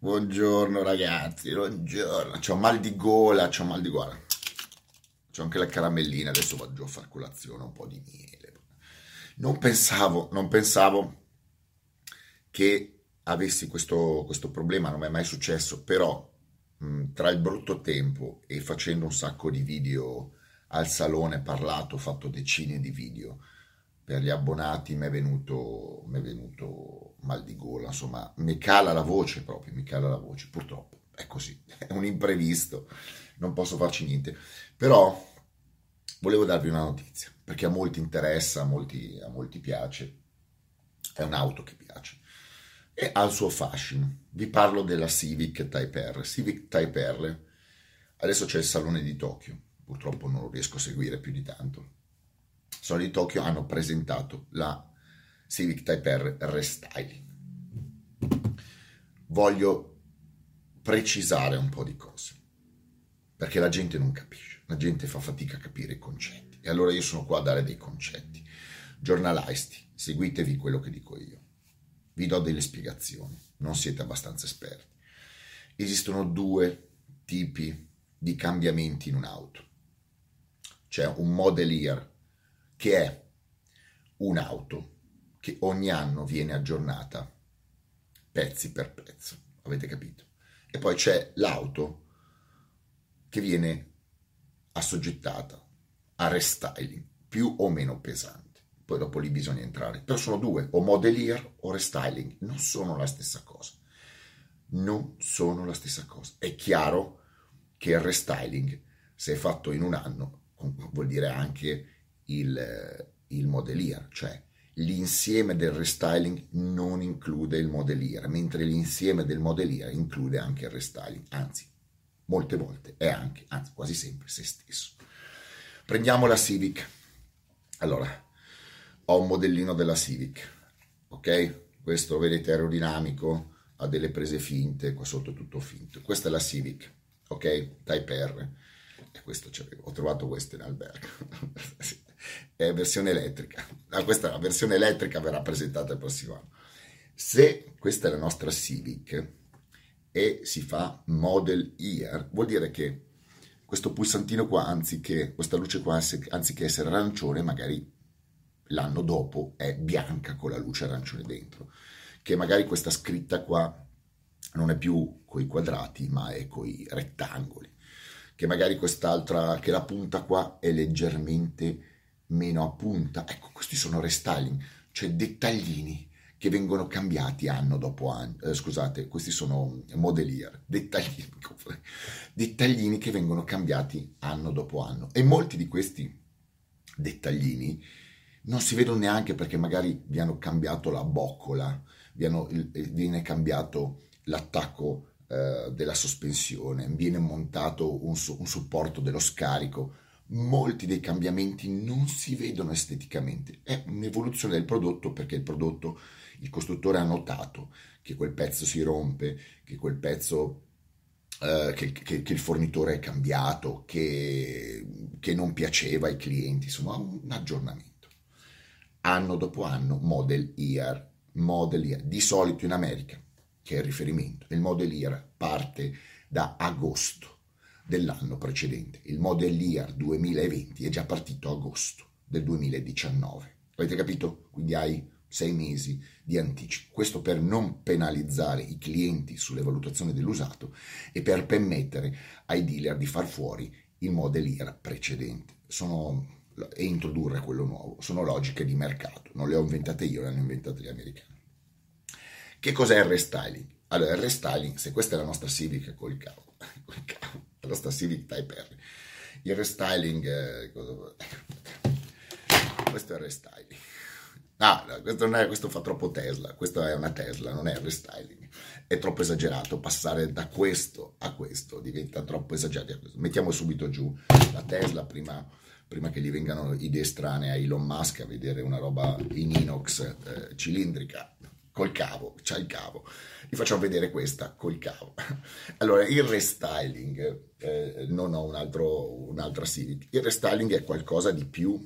Buongiorno ragazzi, buongiorno. C'ho mal di gola, C'ho anche la caramellina, adesso vado giù a far colazione, un po' di miele. Non pensavo che avessi questo problema, non mi è mai successo, però tra il brutto tempo e facendo un sacco di video al salone, parlato, ho fatto decine di video per gli abbonati, mi è venuto mal di gola, insomma, mi cala la voce proprio, mi cala la voce, purtroppo, è così, è un imprevisto, non posso farci niente, però volevo darvi una notizia, perché a molti interessa, a molti piace, è un'auto che piace e ha il suo fascino. Vi parlo della Civic Type R. Civic Type R, adesso c'è il Salone di Tokyo, purtroppo non lo riesco a seguire più di tanto. Il Salone di Tokyo hanno presentato la Civic Type R Restyling. Voglio precisare un po' di cose, perché la gente non capisce, la gente fa fatica a capire i concetti. E allora io sono qua a dare dei concetti. Giornalisti, seguitevi quello che dico io. Vi do delle spiegazioni, non siete abbastanza esperti. Esistono due tipi di cambiamenti in un'auto. C'è un model year, che è un'auto che ogni anno viene aggiornata pezzi per pezzo, avete capito? E poi c'è l'auto che viene assoggettata a restyling più o meno pesante. Poi dopo lì bisogna entrare. Però sono due, o model year o restyling, non sono la stessa cosa. Non sono la stessa cosa. È chiaro che il restyling, se è fatto in un anno, vuol dire anche il model year, cioè l'insieme del restyling non include il model year, mentre l'insieme del model year include anche il restyling, anzi, molte volte è anche, anzi quasi sempre se stesso. Prendiamo la Civic. Allora, ho un modellino della Civic, ok? Questo vedete aerodinamico, ha delle prese finte, qua sotto è tutto finto. Questa è la Civic, ok? Type R. E questo c'avevo, ho trovato questo in albergo. È versione elettrica. Questa è la versione elettrica, verrà presentata il prossimo anno. Se questa è la nostra Civic e si fa model year, vuol dire che questo pulsantino qua, anziché questa luce qua, anziché essere arancione, magari l'anno dopo è bianca con la luce arancione dentro, che magari questa scritta qua non è più coi quadrati ma è coi rettangoli, che magari quest'altra, che la punta qua è leggermente meno a punta. Ecco, questi sono restyling, cioè dettaglini che vengono cambiati anno dopo anno. Scusate, questi sono modelier, dettaglini che vengono cambiati anno dopo anno. E molti di questi dettaglini non si vedono neanche perché magari vi hanno cambiato la boccola, viene cambiato l'attacco della sospensione, viene montato un supporto dello scarico. Molti dei cambiamenti non si vedono esteticamente, è un'evoluzione del prodotto perché il costruttore ha notato che quel pezzo si rompe, che quel pezzo, che il fornitore è cambiato, che non piaceva ai clienti, insomma un aggiornamento. Anno dopo anno, model year, di solito in America, che è il riferimento, il model year parte da agosto dell'anno precedente. Il model year 2020 è già partito a agosto del 2019. Avete capito? Quindi hai 6 mesi di anticipo. Questo per non penalizzare i clienti sulle valutazioni dell'usato e per permettere ai dealer di far fuori il model year precedente. E introdurre quello nuovo. Sono logiche di mercato, non le ho inventate io, le hanno inventate gli americani. Che cos'è il restyling? Allora, il restyling, se questa è la nostra Civic la nostra Civic Type R, il restyling, questo è il restyling. Questo fa troppo Tesla, questo è una Tesla, non è il restyling. È troppo esagerato, passare da questo a questo diventa troppo esagerato. Mettiamo subito giù la Tesla prima che gli vengano idee strane a Elon Musk a vedere una roba in inox cilindrica col cavo, c'ha il cavo. Gli facciamo vedere questa col cavo. Allora, il restyling, non ho un'altra Civic, il restyling è qualcosa di più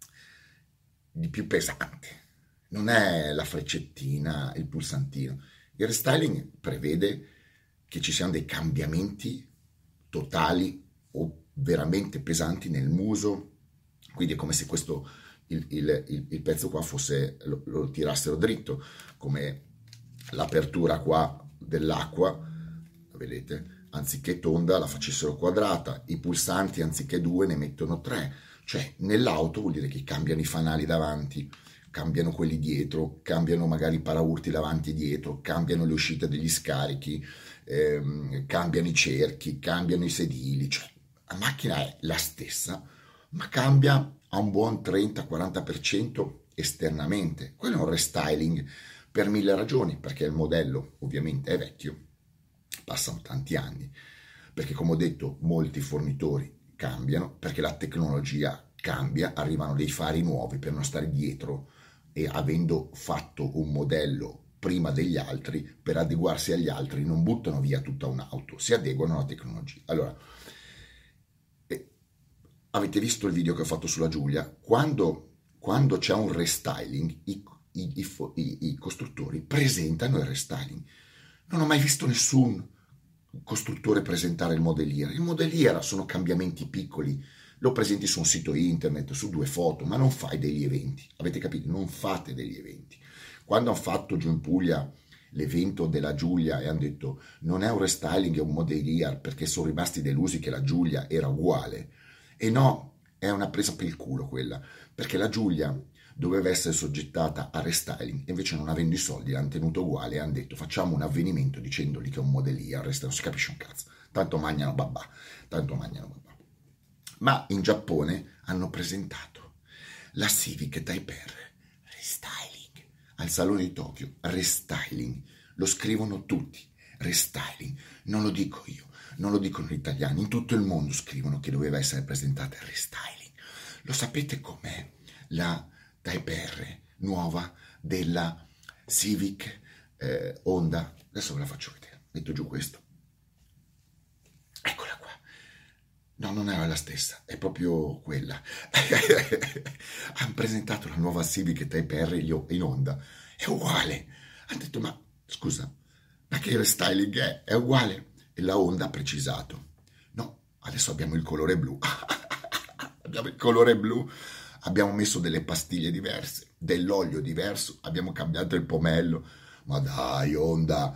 pesante. Non è la freccettina, il pulsantino. Il restyling prevede che ci siano dei cambiamenti totali o veramente pesanti nel muso, quindi è come se il pezzo qua fosse, lo tirassero dritto, come l'apertura qua dell'acqua, vedete, anziché tonda la facessero quadrata, i pulsanti anziché 2 ne mettono 3, cioè nell'auto vuol dire che cambiano i fanali davanti, cambiano quelli dietro, cambiano magari i paraurti davanti e dietro, cambiano le uscite degli scarichi, cambiano i cerchi, cambiano i sedili, cioè la macchina è la stessa, ma cambia a un buon 30-40% esternamente. Quello è un restyling per 1000 ragioni, perché il modello ovviamente è vecchio, passano tanti anni, perché come ho detto molti fornitori cambiano, perché la tecnologia cambia, arrivano dei fari nuovi per non stare dietro e avendo fatto un modello prima degli altri, per adeguarsi agli altri non buttano via tutta un'auto, si adeguano alla tecnologia. Allora, avete visto il video che ho fatto sulla Giulia? Quando c'è un restyling, i costruttori presentano il restyling. Non ho mai visto nessun costruttore presentare il modelliera. Il modelliera sono cambiamenti piccoli, lo presenti su un sito internet, su 2 foto, ma non fai degli eventi. Avete capito? Non fate degli eventi. Quando hanno fatto giù in Puglia l'evento della Giulia e hanno detto non è un restyling, è un modelliera, perché sono rimasti delusi che la Giulia era uguale. E no, è una presa per il culo quella, perché la Giulia doveva essere soggettata a restyling, e invece non avendo i soldi l'hanno tenuto uguale e hanno detto facciamo un avvenimento dicendogli che è un modelliera, non si capisce un cazzo, tanto mangiano babà. Ma in Giappone hanno presentato la Civic Type R, restyling, al Salone di Tokyo, restyling, lo scrivono tutti, restyling, non lo dico io, non lo dicono gli italiani, in tutto il mondo scrivono che doveva essere presentata il restyling. Lo sapete com'è la Type R nuova della Civic Honda? Adesso ve la faccio vedere, metto giù questo. Eccola qua. No, non era la stessa, è proprio quella. Hanno presentato la nuova Civic Type R in Honda, è uguale. Hanno detto, ma scusa, ma che restyling è? È uguale. E la Honda ha precisato, no, adesso abbiamo il colore blu. Abbiamo il colore blu, abbiamo messo delle pastiglie diverse, dell'olio diverso, abbiamo cambiato il pomello. Ma dai, Honda,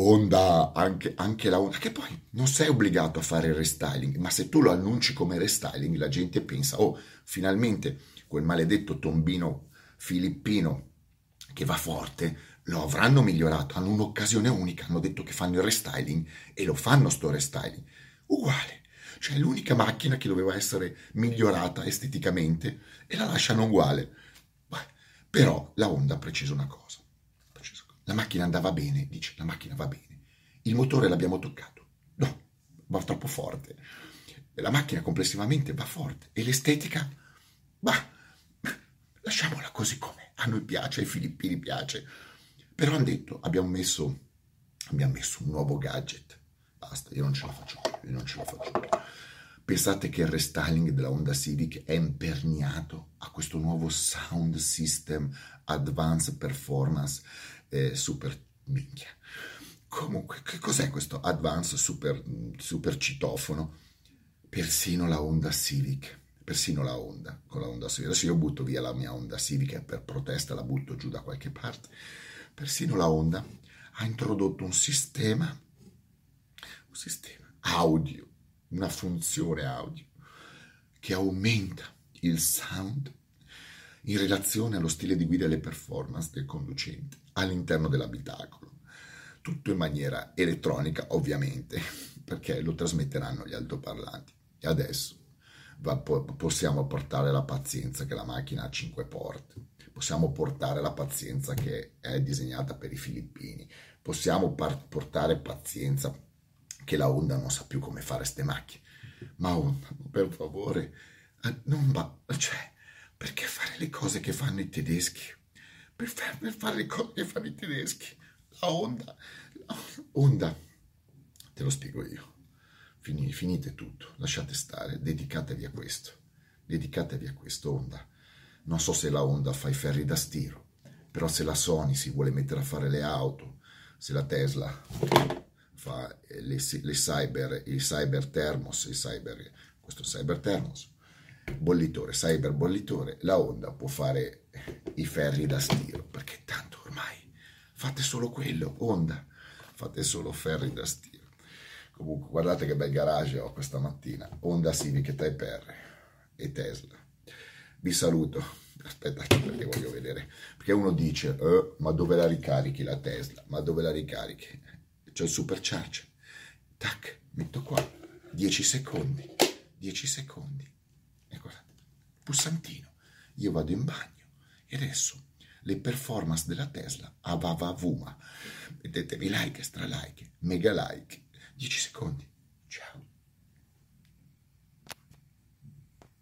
anche la Honda, che poi non sei obbligato a fare il restyling, ma se tu lo annunci come restyling, la gente pensa, oh, finalmente quel maledetto tombino filippino che va forte, lo avranno migliorato, hanno un'occasione unica, hanno detto che fanno il restyling e lo fanno sto restyling, uguale, cioè è l'unica macchina che doveva essere migliorata esteticamente e la lasciano uguale. Però la Honda ha preciso una cosa, la macchina andava bene, dice, la macchina va bene, il motore l'abbiamo toccato, no, va troppo forte, la macchina complessivamente va forte e l'estetica, bah, lasciamola così com'è, a noi piace, ai filippini piace, però hanno detto, abbiamo messo un nuovo gadget, basta, io non ce la faccio più. Pensate che il restyling della Honda Civic è imperniato a questo nuovo sound system advanced performance super minchia. Comunque, che cos'è questo advanced super citofono? Persino la Honda Civic, persino la Honda, con la Honda Civic, adesso io butto via la mia Honda Civic e per protesta la butto giù da qualche parte, persino la Honda ha introdotto un sistema audio, una funzione audio che aumenta il sound in relazione allo stile di guida e alle performance del conducente all'interno dell'abitacolo, tutto in maniera elettronica ovviamente, perché lo trasmetteranno gli altoparlanti. E adesso possiamo portare la pazienza che la macchina ha 5 porte, possiamo portare la pazienza che è disegnata per i filippini, possiamo portare pazienza che la Honda non sa più come fare ste macchine. Ma Honda, per favore, non va, cioè, perché fare le cose che fanno i tedeschi? Per fare le cose che fanno i tedeschi. La Honda, te lo spiego io. Finite tutto, lasciate stare, dedicatevi a questo, Honda. Non so se la Honda fa i ferri da stiro, però se la Sony si vuole mettere a fare le auto, se la Tesla fa il cyber thermos, questo cyber thermos, bollitore, cyber bollitore, la Honda può fare i ferri da stiro, perché tanto ormai fate solo quello, Honda, fate solo ferri da stiro. Comunque, guardate che bel garage ho questa mattina, Honda Civic Type R e Tesla. Vi saluto, aspetta perché voglio vedere, perché uno dice, ma dove la ricarichi la Tesla? Ma dove la ricarichi? C'è il supercharger, tac, metto qua, 10 secondi, 10 secondi, e guardate, pulsantino, io vado in bagno e adesso le performance della Tesla a vavavuma, mettetevi like, stra like, mega like, 10 secondi, ciao.